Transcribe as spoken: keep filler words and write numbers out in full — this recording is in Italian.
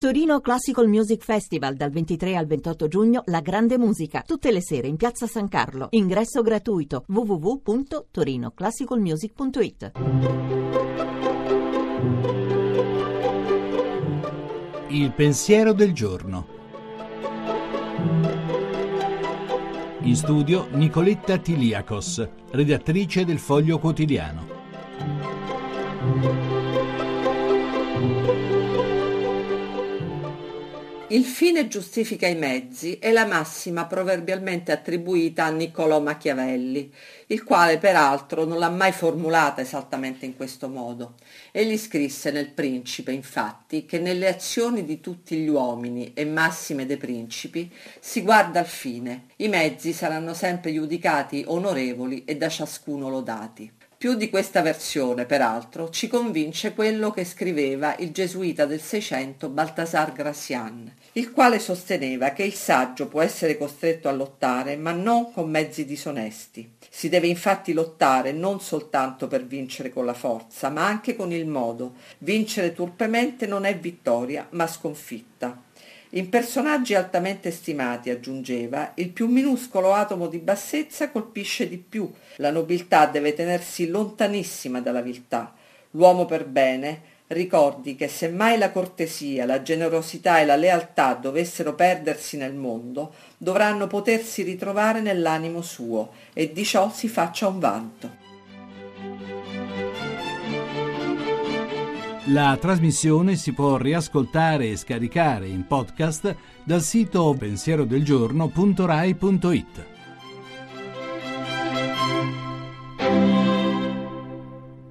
Torino Classical Music Festival dal ventitré al ventotto giugno, la grande musica, tutte le sere in Piazza San Carlo. Ingresso gratuito w w w punto torino classical music punto i t. Il pensiero del giorno. In studio Nicoletta Tiliakos, redattrice del Foglio Quotidiano. Il fine giustifica i mezzi è la massima proverbialmente attribuita a Niccolò Machiavelli, il quale peraltro non l'ha mai formulata esattamente in questo modo. Egli scrisse nel Principe, infatti, che nelle azioni di tutti gli uomini e massime dei principi si guarda al fine. I mezzi saranno sempre giudicati onorevoli e da ciascuno lodati. Più di questa versione, peraltro, ci convince quello che scriveva il gesuita del Seicento Baltasar Gracian, il quale sosteneva che il saggio può essere costretto a lottare, ma non con mezzi disonesti. Si deve infatti lottare non soltanto per vincere con la forza, ma anche con il modo. Vincere turpemente non è vittoria, ma sconfitta. In personaggi altamente stimati, aggiungeva, il più minuscolo atomo di bassezza colpisce di più. La nobiltà deve tenersi lontanissima dalla viltà. L'uomo per bene ricordi che se mai la cortesia, la generosità e la lealtà dovessero perdersi nel mondo, dovranno potersi ritrovare nell'animo suo, e di ciò si faccia un vanto. La trasmissione si può riascoltare e scaricare in podcast dal sito pensierodelgiorno punto rai punto it.